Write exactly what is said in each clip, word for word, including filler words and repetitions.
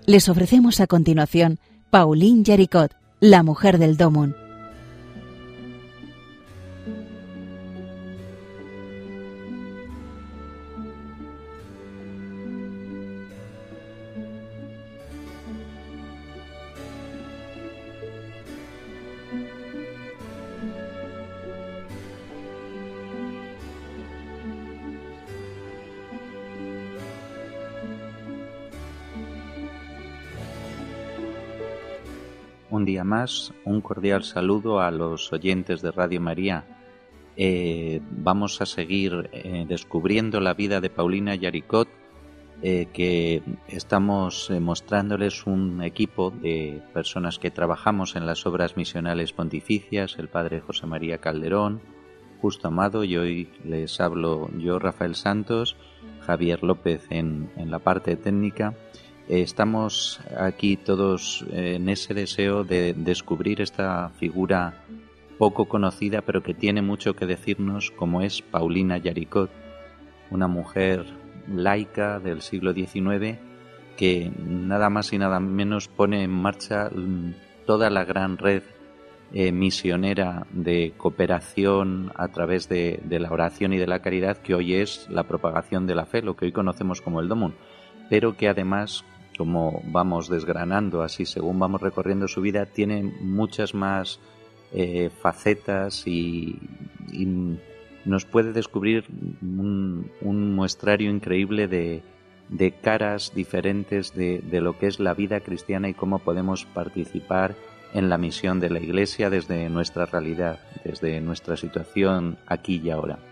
Les ofrecemos a continuación Pauline Jaricot, la mujer del Dómun. Un día más, un cordial saludo a los oyentes de Radio María. Eh, vamos a seguir eh, descubriendo la vida de Paulina Jaricot, eh, que estamos eh, mostrándoles un equipo de personas que trabajamos en las obras misionales pontificias, el padre José María Calderón, Justo Amado, y hoy les hablo yo, Rafael Santos, Javier López en, en la parte técnica. Estamos aquí todos en ese deseo de descubrir esta figura poco conocida, pero que tiene mucho que decirnos, como es Paulina Jaricot, una mujer laica del siglo diecinueve que nada más y nada menos pone en marcha toda la gran red eh, misionera de cooperación a través de, de la oración y de la caridad, que hoy es la propagación de la fe, lo que hoy conocemos como el Dómun, pero que además, como vamos desgranando así según vamos recorriendo su vida, tiene muchas más eh, facetas y, y nos puede descubrir un, un muestrario increíble de, de caras diferentes de, de lo que es la vida cristiana y cómo podemos participar en la misión de la Iglesia desde nuestra realidad, desde nuestra situación aquí y ahora.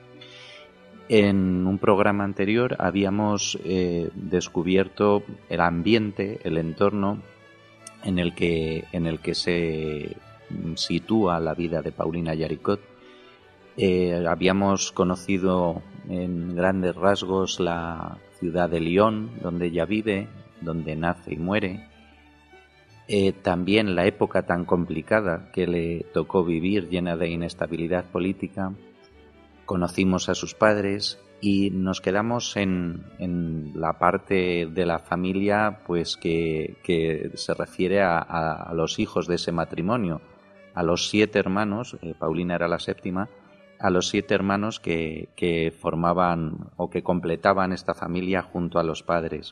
En un programa anterior habíamos eh, descubierto el ambiente, el entorno en el que, en el que se sitúa la vida de Paulina Jaricot. Eh, habíamos conocido en grandes rasgos la ciudad de Lyon, donde ella vive, donde nace y muere. Eh, también la época tan complicada que le tocó vivir, llena de inestabilidad política. Conocimos a sus padres y nos quedamos en, en la parte de la familia pues que, que se refiere a, a, a los hijos de ese matrimonio, a los siete hermanos, eh, Paulina era la séptima, a los siete hermanos que, que formaban o que completaban esta familia junto a los padres.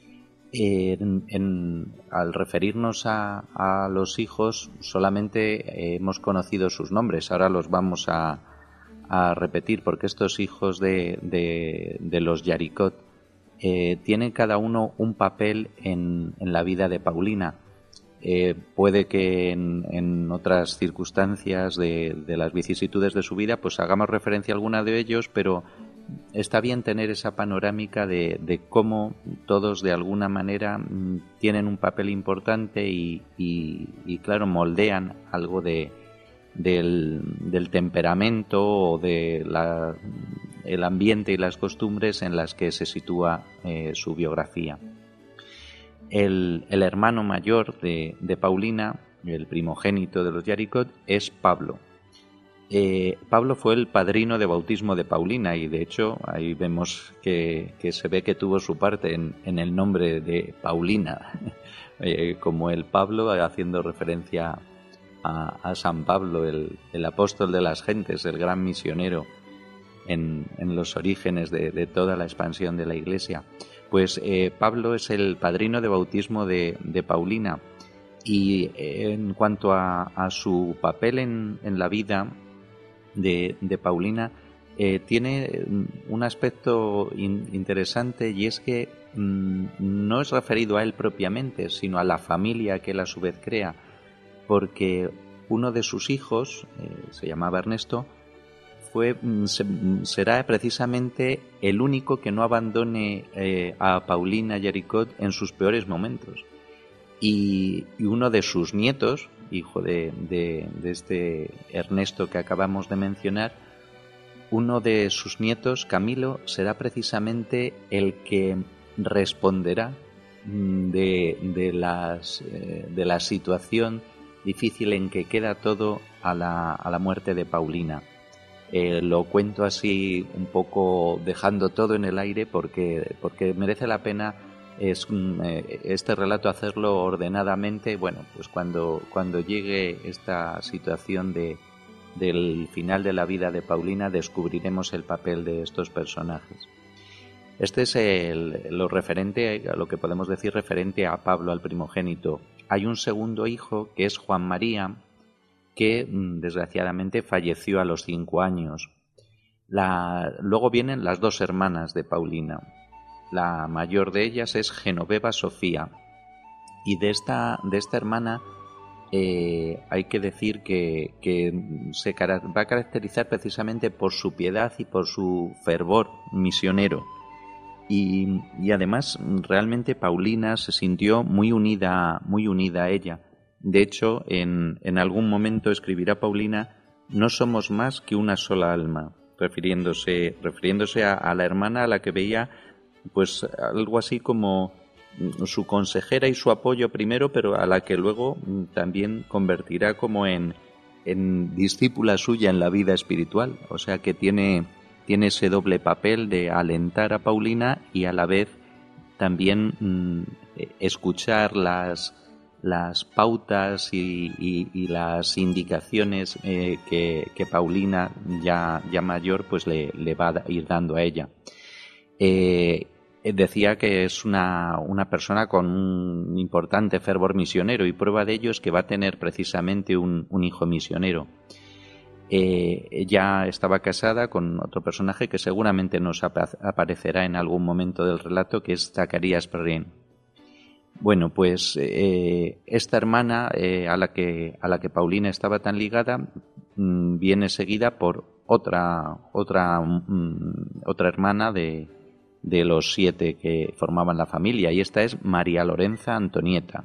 En, en, al referirnos a, a los hijos solamente hemos conocido sus nombres, ahora los vamos a a repetir, porque estos hijos de, de, de los Jaricot eh, tienen cada uno un papel en, en la vida de Paulina. Eh, puede que en, en otras circunstancias de, de las vicisitudes de su vida pues hagamos referencia a alguna de ellos, pero está bien tener esa panorámica de, de cómo todos de alguna manera m, tienen un papel importante y, y, y claro, moldean algo de Del, del temperamento o de la, el ambiente y las costumbres en las que se sitúa eh, su biografía. El, el hermano mayor de, de Paulina, el primogénito de los Jaricot, es Pablo. Eh, Pablo fue el padrino de bautismo de Paulina y de hecho ahí vemos que, que se ve que tuvo su parte en, en el nombre de Paulina, eh, como el Pablo, haciendo referencia A, a San Pablo, el, el apóstol de las gentes, el gran misionero en, en los orígenes de, de toda la expansión de la Iglesia. Pues eh, Pablo es el padrino de bautismo de, de Paulina y eh, en cuanto a, a su papel en, en la vida de, de Paulina, eh, tiene un aspecto in, interesante y es que mmm, no es referido a él propiamente, sino a la familia que él a su vez crea, porque uno de sus hijos, eh, se llamaba Ernesto, fue, se, será precisamente el único que no abandone eh, a Paulina Jaricot en sus peores momentos. Y, y uno de sus nietos, hijo de, de, de este Ernesto que acabamos de mencionar, uno de sus nietos, Camilo, será precisamente el que responderá de, de, las, eh, de la situación difícil en que queda todo a la, a la muerte de Paulina. Eh, lo cuento así un poco dejando todo en el aire porque, porque merece la pena es eh, este relato hacerlo ordenadamente, bueno, pues cuando, cuando llegue esta situación de, del final de la vida de Paulina descubriremos el papel de estos personajes. Este es el, lo referente, lo que podemos decir referente a Pablo, al primogénito. Hay un segundo hijo que es Juan María, que desgraciadamente falleció a los cinco años. La, luego vienen las dos hermanas de Paulina. La mayor de ellas es Genoveva Sofía, y de esta, de esta hermana eh, hay que decir que, que se va a caracterizar precisamente por su piedad y por su fervor misionero. Y, y además realmente Paulina se sintió muy unida, muy unida a ella. De hecho, en, en algún momento escribirá Paulina: no somos más que una sola alma, refiriéndose, refiriéndose a, a la hermana a la que veía pues algo así como su consejera y su apoyo primero, pero a la que luego también convertirá como en, en discípula suya en la vida espiritual. O sea que tiene... tiene ese doble papel de alentar a Paulina y a la vez también mmm, escuchar las, las pautas y, y, y las indicaciones eh, que, que Paulina, ya, ya mayor, pues le, le va a ir dando a ella. Eh, decía que es una, una persona con un importante fervor misionero, y prueba de ello es que va a tener precisamente un, un hijo misionero. Eh, ella estaba casada con otro personaje que seguramente nos ap- aparecerá en algún momento del relato, que es Zacarías Perrin. Bueno, pues eh, esta hermana eh, a la que a la que Paulina estaba tan ligada mmm, viene seguida por otra otra mmm, otra hermana de, de los siete que formaban la familia, y esta es María Lorenza Antonieta.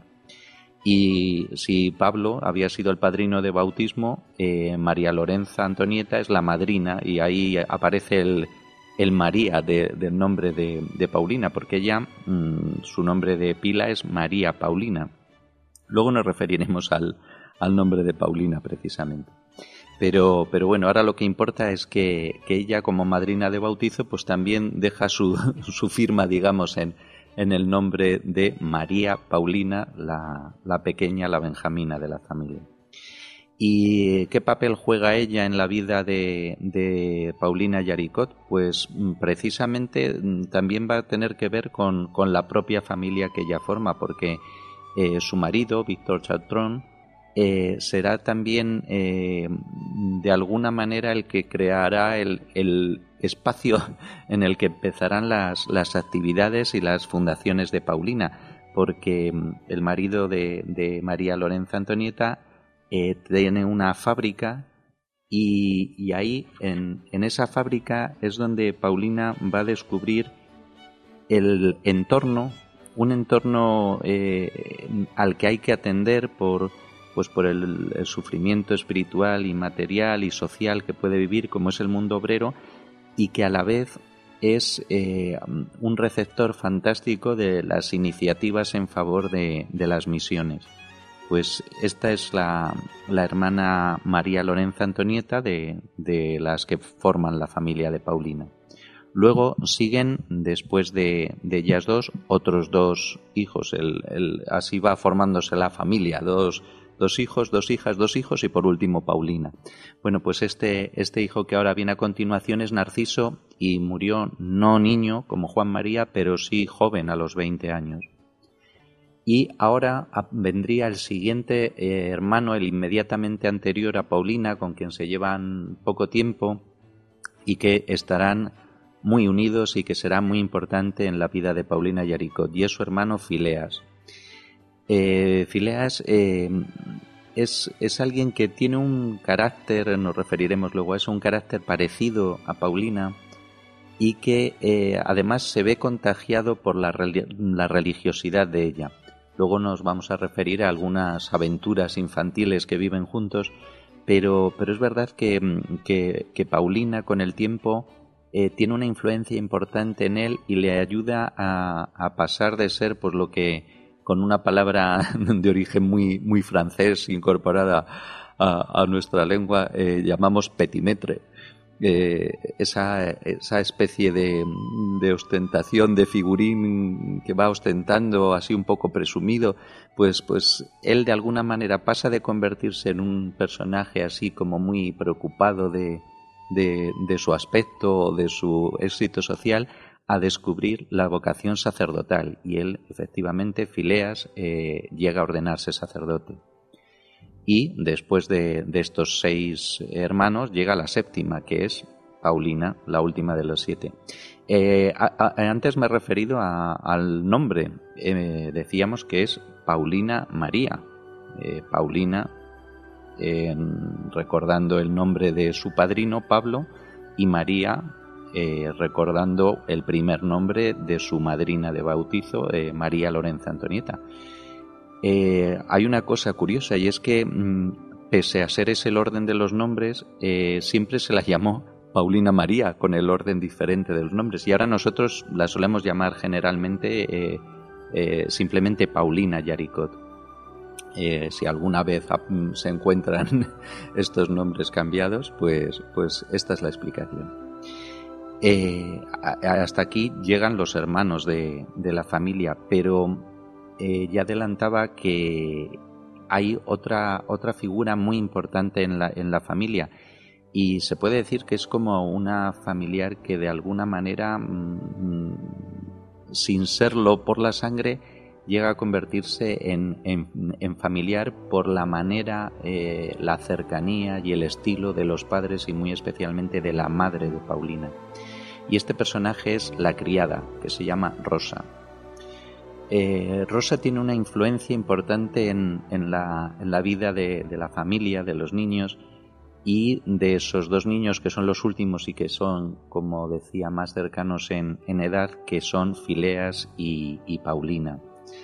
Y si Pablo había sido el padrino de bautismo, eh, María Lorenza Antonieta es la madrina, y ahí aparece el, el María de, del nombre de, de Paulina, porque ella, mmm, su nombre de pila es María Paulina. Luego nos referiremos al, al nombre de Paulina precisamente. Pero, pero bueno, ahora lo que importa es que, que ella, como madrina de bautizo, pues también deja su, su firma, digamos, en en el nombre de María Paulina, la, la pequeña, la benjamina de la familia. ¿Y qué papel juega ella en la vida de, de Paulina Yaricot? Pues precisamente también va a tener que ver con, con la propia familia que ella forma, porque eh, su marido, Víctor Chartrón, eh, será también eh, de alguna manera el que creará el, el espacio en el que empezarán las, las actividades y las fundaciones de Paulina, porque el marido de, de María Lorenza Antonieta eh, tiene una fábrica, y, y ahí en, en esa fábrica es donde Paulina va a descubrir el entorno, un entorno eh, al que hay que atender por pues por el, el sufrimiento espiritual y material y social que puede vivir, como es el mundo obrero, y que a la vez es eh, un receptor fantástico de las iniciativas en favor de, de las misiones. Pues esta es la, la hermana María Lorenza Antonieta de, de las que forman la familia de Paulina. Luego siguen, después de, de ellas dos, otros dos hijos. El, el, así va formándose la familia, dos Dos hijos, dos hijas, dos hijos y por último Paulina. Bueno, pues este, este hijo que ahora viene a continuación es Narciso, y murió no niño como Juan María, pero sí joven, a los veinte años. Y ahora vendría el siguiente eh, hermano, el inmediatamente anterior a Paulina, con quien se llevan poco tiempo y que estarán muy unidos y que será muy importante en la vida de Paulina Yaricot, y es su hermano Fileas. Eh, Fileas eh, es, es alguien que tiene un carácter, nos referiremos luego a eso, un carácter parecido a Paulina, y que eh, además se ve contagiado por la, la religiosidad de ella. Luego nos vamos a referir a algunas aventuras infantiles que viven juntos, pero, pero es verdad que, que, que Paulina con el tiempo eh, tiene una influencia importante en él y le ayuda a, a pasar de ser pues lo que, con una palabra de origen muy, muy francés incorporada a, a nuestra lengua, eh, llamamos petimetre. eh, esa, esa especie de, de ostentación de figurín que va ostentando así un poco presumido, pues, pues él de alguna manera pasa de convertirse en un personaje así como muy preocupado de, de, de su aspecto, de su éxito social, a descubrir la vocación sacerdotal, y él, efectivamente, Fileas, eh, llega a ordenarse sacerdote. Y después de, de estos seis hermanos llega la séptima, que es Paulina, la última de los siete. Eh, a, a, antes me he referido a, al nombre. Eh, decíamos que es Paulina María. Eh, Paulina, eh, recordando el nombre de su padrino, Pablo, y María, eh, recordando el primer nombre de su madrina de bautizo, eh, María Lorenza Antonieta. Eh, hay una cosa curiosa, y es que mmm, pese a ser ese el orden de los nombres, eh, siempre se la llamó Paulina María, con el orden diferente de los nombres, y ahora nosotros la solemos llamar generalmente eh, eh, simplemente Paulina Yaricot. Eh, si alguna vez se encuentran estos nombres cambiados, pues, pues esta es la explicación. Eh, hasta aquí llegan los hermanos de, de la familia, pero eh, ya adelantaba que hay otra, otra figura muy importante en la, en la familia, y se puede decir que es como una familiar que de alguna manera, mmm, sin serlo por la sangre, llega a convertirse en, en, en familiar por la manera, eh, la cercanía y el estilo de los padres, y muy especialmente de la madre de Paulina. Y este personaje es la criada, que se llama Rosa. Eh, Rosa tiene una influencia importante en, en, la, en la vida de, de la familia, de los niños, y de esos dos niños que son los últimos y que son, como decía, más cercanos en, en edad, que son Fileas y, y Paulina.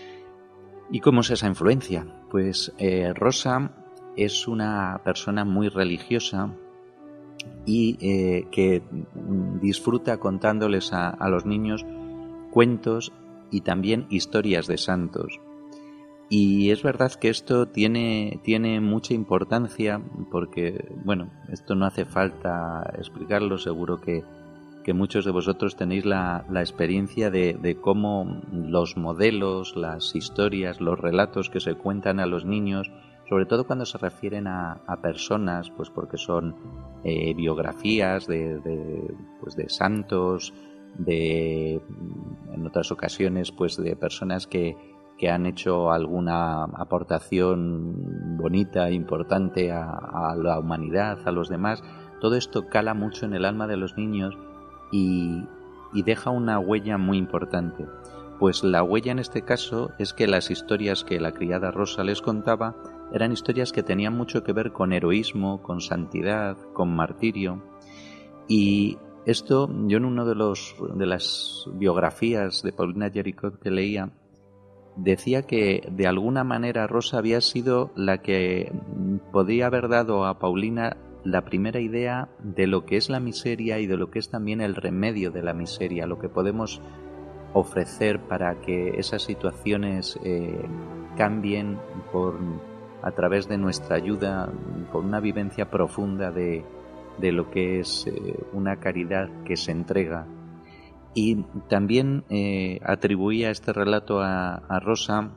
¿Y cómo es esa influencia? Pues eh, Rosa es una persona muy religiosa y eh, que disfruta contándoles a, a los niños cuentos y también historias de santos. Y es verdad que esto tiene, tiene mucha importancia porque, bueno, esto no hace falta explicarlo, seguro que, que muchos de vosotros tenéis la, la experiencia de, de cómo los modelos, las historias, los relatos que se cuentan a los niños, sobre todo cuando se refieren a, a personas, pues porque son eh, biografías de, de, pues de santos, de, en otras ocasiones, pues de personas que, que han hecho alguna aportación bonita, importante a, a la humanidad, a los demás. Todo esto cala mucho en el alma de los niños y, y deja una huella muy importante. Pues la huella en este caso es que las historias que la criada Rosa les contaba eran historias que tenían mucho que ver con heroísmo, con santidad, con martirio. Y esto, yo en uno de los de las biografías de Paulina Yaricot que leía, decía que de alguna manera Rosa había sido la que podía haber dado a Paulina la primera idea de lo que es la miseria y de lo que es también el remedio de la miseria, lo que podemos ofrecer para que esas situaciones eh, cambien por, a través de nuestra ayuda, por una vivencia profunda de, de lo que es eh, una caridad que se entrega. Y también eh, atribuía a este relato a, a Rosa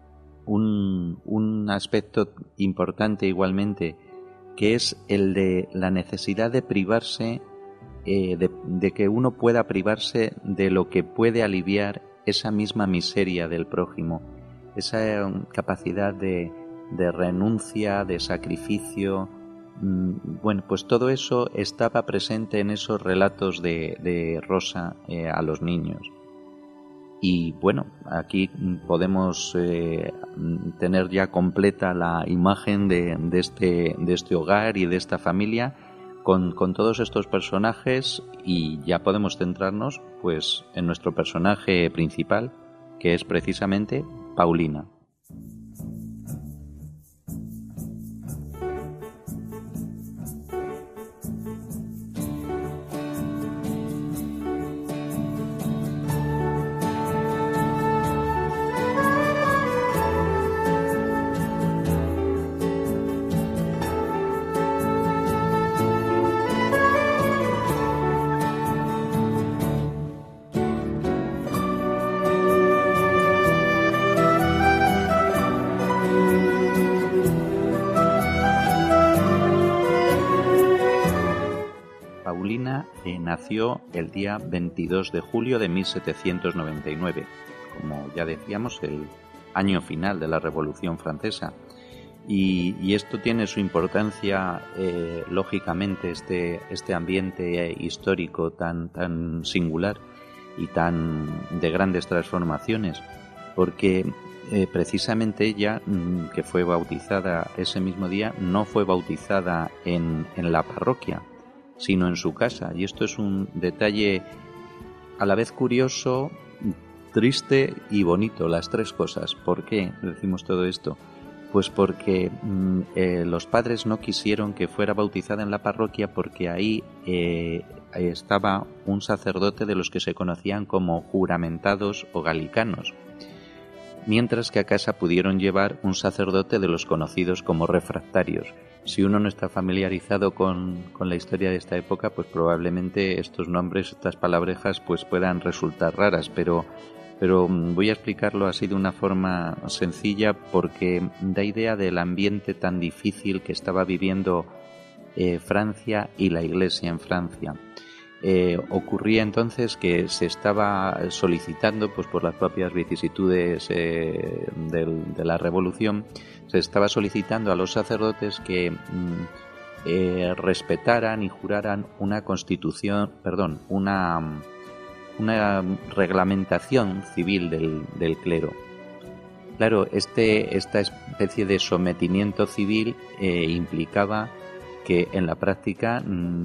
un, un aspecto importante igualmente, que es el de la necesidad de privarse, eh, de, de que uno pueda privarse de lo que puede aliviar esa misma miseria del prójimo, esa capacidad de, de renuncia, de sacrificio. Bueno, pues todo eso estaba presente en esos relatos de, de Rosa eh, a los niños. Y bueno, aquí podemos eh, tener ya completa la imagen de, de, este, de este hogar y de esta familia con, con todos estos personajes, y ya podemos centrarnos pues en nuestro personaje principal, que es precisamente Paulina. eh, nació el día veintidós de julio de mil setecientos noventa y nueve, como ya decíamos, el año final de la Revolución Francesa. Y, y esto tiene su importancia, eh, lógicamente, este, este ambiente histórico tan, tan singular y tan de grandes transformaciones, porque eh, precisamente ella, que fue bautizada ese mismo día, no fue bautizada en, en la parroquia, sino en su casa. Y esto es un detalle a la vez curioso, triste y bonito, las tres cosas. ¿Por qué decimos todo esto? Pues porque mmm, eh, los padres no quisieron que fuera bautizada en la parroquia, porque ahí eh, estaba un sacerdote de los que se conocían como juramentados o galicanos, mientras que a casa pudieron llevar un sacerdote de los conocidos como refractarios. Si uno no está familiarizado con, con la historia de esta época, pues probablemente estos nombres, estas palabrejas, pues puedan resultar raras, pero... pero voy a explicarlo así de una forma sencilla porque da idea del ambiente tan difícil que estaba viviendo eh, Francia y la Iglesia en Francia. Eh, ocurría entonces que se estaba solicitando, pues por las propias vicisitudes eh, del, de la Revolución, se estaba solicitando a los sacerdotes que mm, eh, respetaran y juraran una constitución, perdón, una... una reglamentación civil del, del clero. Claro, este, esta especie de sometimiento civil eh, implicaba que en la práctica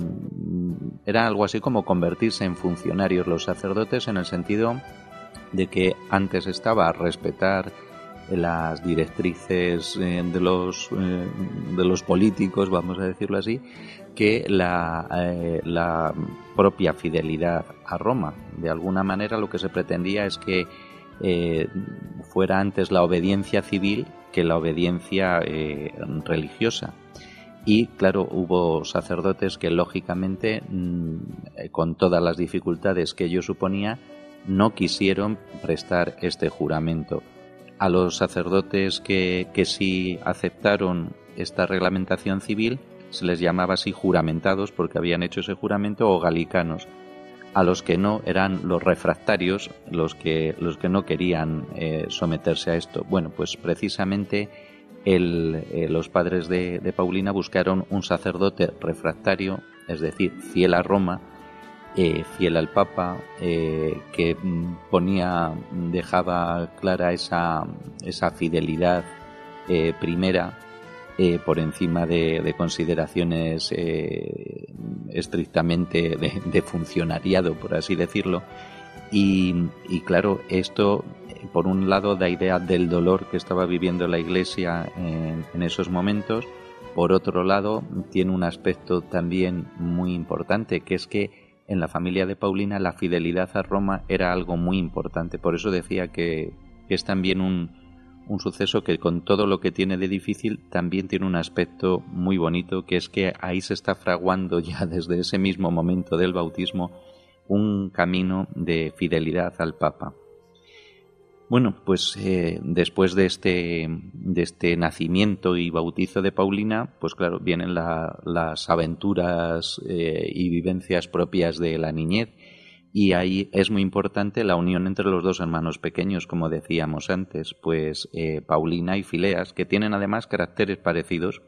mmm, era algo así como convertirse en funcionarios los sacerdotes, en el sentido de que antes estaba a respetar las directrices eh, de los eh, de los políticos, vamos a decirlo así, que la, eh, la propia fidelidad a Roma. De alguna manera lo que se pretendía es que eh, fuera antes la obediencia civil que la obediencia eh, religiosa. Y claro, hubo sacerdotes que lógicamente, mmm, con todas las dificultades que ello suponía, no quisieron prestar este juramento. A los sacerdotes que, que sí aceptaron esta reglamentación civil se les llamaba así juramentados porque habían hecho ese juramento, o galicanos. A los que no eran los refractarios, los que, los que no querían eh, someterse a esto. Bueno, pues precisamente el, eh, los padres de, de Paulina buscaron un sacerdote refractario, es decir, fiel a Roma, Eh, fiel al Papa, eh, que ponía, dejaba clara esa, esa fidelidad eh, primera eh, por encima de, de consideraciones eh, estrictamente de, de funcionariado, por así decirlo. Y, y claro, esto por un lado da idea del dolor que estaba viviendo la Iglesia en, en esos momentos. Por otro lado, tiene un aspecto también muy importante, que es que en la familia de Paulina la fidelidad a Roma era algo muy importante. Por eso decía que, que es también un, un suceso que, con todo lo que tiene de difícil, también tiene un aspecto muy bonito, que es que ahí se está fraguando ya desde ese mismo momento del bautismo un camino de fidelidad al Papa. Bueno, pues eh, después de este, de este nacimiento y bautizo de Paulina, pues claro, vienen la, las aventuras eh, y vivencias propias de la niñez, y ahí es muy importante la unión entre los dos hermanos pequeños, como decíamos antes, pues eh, Paulina y Fileas, que tienen además caracteres parecidos.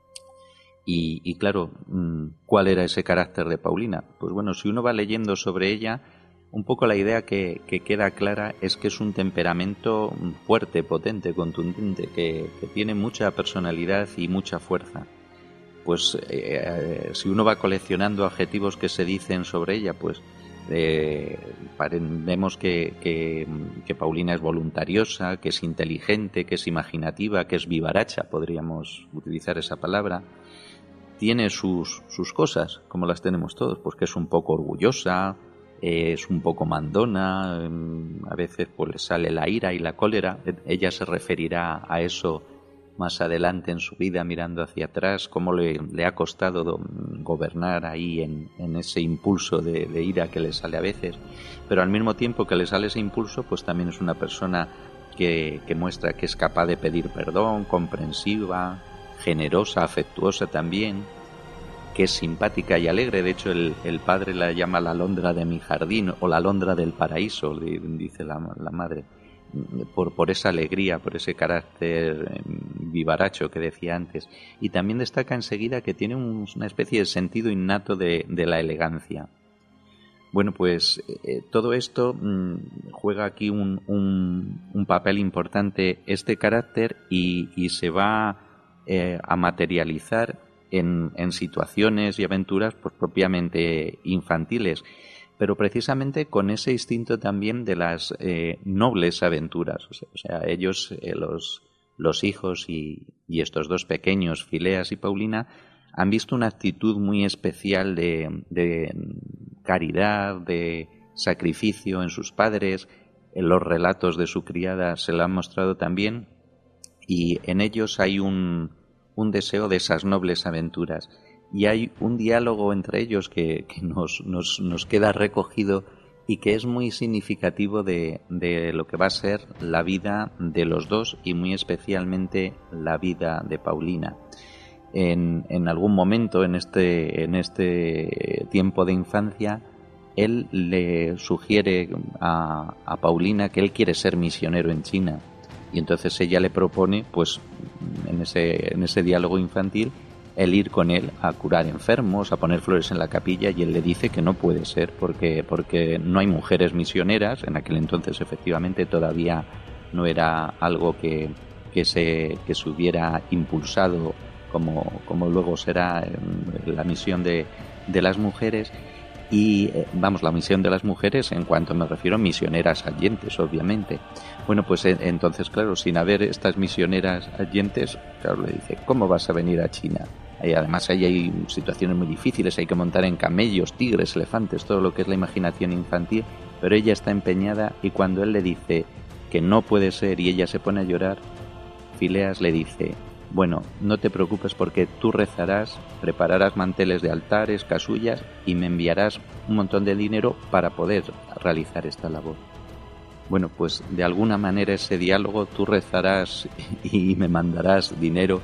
Y, y claro, ¿cuál era ese carácter de Paulina? Pues bueno, si uno va leyendo sobre ella, un poco la idea que, que queda clara es que es un temperamento fuerte, potente, contundente, que, que tiene mucha personalidad y mucha fuerza. Pues eh, si uno va coleccionando adjetivos que se dicen sobre ella, pues eh, vemos que, que, que Paulina es voluntariosa, que es inteligente, que es imaginativa, que es vivaracha, podríamos utilizar esa palabra. Tiene sus, sus cosas, como las tenemos todos, pues que es un poco orgullosa, Eh, es un poco mandona, eh, a veces pues le sale la ira y la cólera. Ella se referirá a eso más adelante en su vida, mirando hacia atrás, cómo le, le ha costado do, gobernar ahí en, en ese impulso de, de ira que le sale a veces, pero al mismo tiempo que le sale ese impulso, pues también es una persona que, que muestra que es capaz de pedir perdón, comprensiva, generosa, afectuosa también, que es simpática y alegre. De hecho, el, el padre la llama la alondra de mi jardín o la alondra del paraíso, dice la, la madre, por, por esa alegría, por ese carácter vivaracho que decía antes. Y también destaca enseguida que tiene un, una especie de sentido innato de, de la elegancia. Bueno, pues eh, todo esto mmm, juega aquí un, un, un papel importante, este carácter, y, y se va eh, a materializar en, en situaciones y aventuras pues, propiamente infantiles, pero precisamente con ese instinto también de las eh, nobles aventuras. O sea, o sea ellos, eh, los, los hijos y, y estos dos pequeños, Fileas y Paulina, han visto una actitud muy especial de, de caridad, de sacrificio en sus padres. En los relatos de su criada se lo han mostrado también, y en ellos hay un, un deseo de esas nobles aventuras. Y hay un diálogo entre ellos que, que nos, nos, nos queda recogido y que es muy significativo de, de lo que va a ser la vida de los dos, y muy especialmente la vida de Paulina. En, en algún momento en este, en este tiempo de infancia, él le sugiere a, a Paulina que él quiere ser misionero en China, y entonces ella le propone, pues en ese, en ese diálogo infantil, el ir con él a curar enfermos, a poner flores en la capilla, y él le dice que no puede ser porque, porque no hay mujeres misioneras. En aquel entonces efectivamente todavía no era algo que, que, se, que se hubiera impulsado como, como luego será la misión de, de las mujeres. Y vamos, la misión de las mujeres en cuanto me refiero a misioneras allentes, obviamente. Bueno, pues entonces, claro, sin haber estas misioneras allentes, claro, le dice, ¿cómo vas a venir a China? Y además ahí hay situaciones muy difíciles, hay que montar en camellos, tigres, elefantes, todo lo que es la imaginación infantil, pero ella está empeñada, y cuando él le dice que no puede ser y ella se pone a llorar, Fileas le dice, bueno, no te preocupes porque tú rezarás, prepararás manteles de altares, casullas, y me enviarás un montón de dinero para poder realizar esta labor. Bueno, pues de alguna manera ese diálogo, tú rezarás y me mandarás dinero,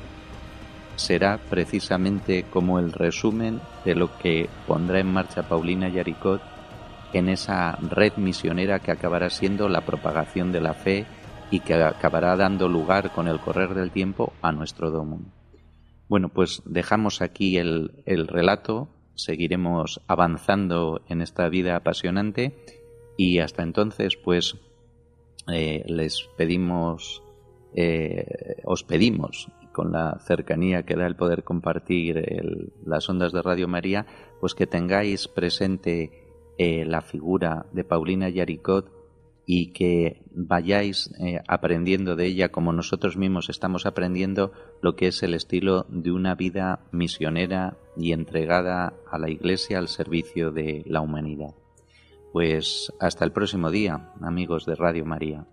será precisamente como el resumen de lo que pondrá en marcha Paulina Yaricot en esa red misionera que acabará siendo la propagación de la fe y que acabará dando lugar con el correr del tiempo a nuestro domum. Bueno, pues dejamos aquí el, el relato, seguiremos avanzando en esta vida apasionante, y hasta entonces pues eh, les pedimos, eh, os pedimos, con la cercanía que da el poder compartir el, las ondas de Radio María, pues que tengáis presente eh, la figura de Paulina Yaricot, y que vayáis eh, aprendiendo de ella, como nosotros mismos estamos aprendiendo, lo que es el estilo de una vida misionera y entregada a la Iglesia al servicio de la humanidad. Pues hasta el próximo día, amigos de Radio María.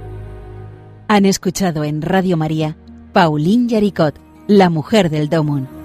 Han escuchado en Radio María Pauline Yaricot, la mujer del Domum,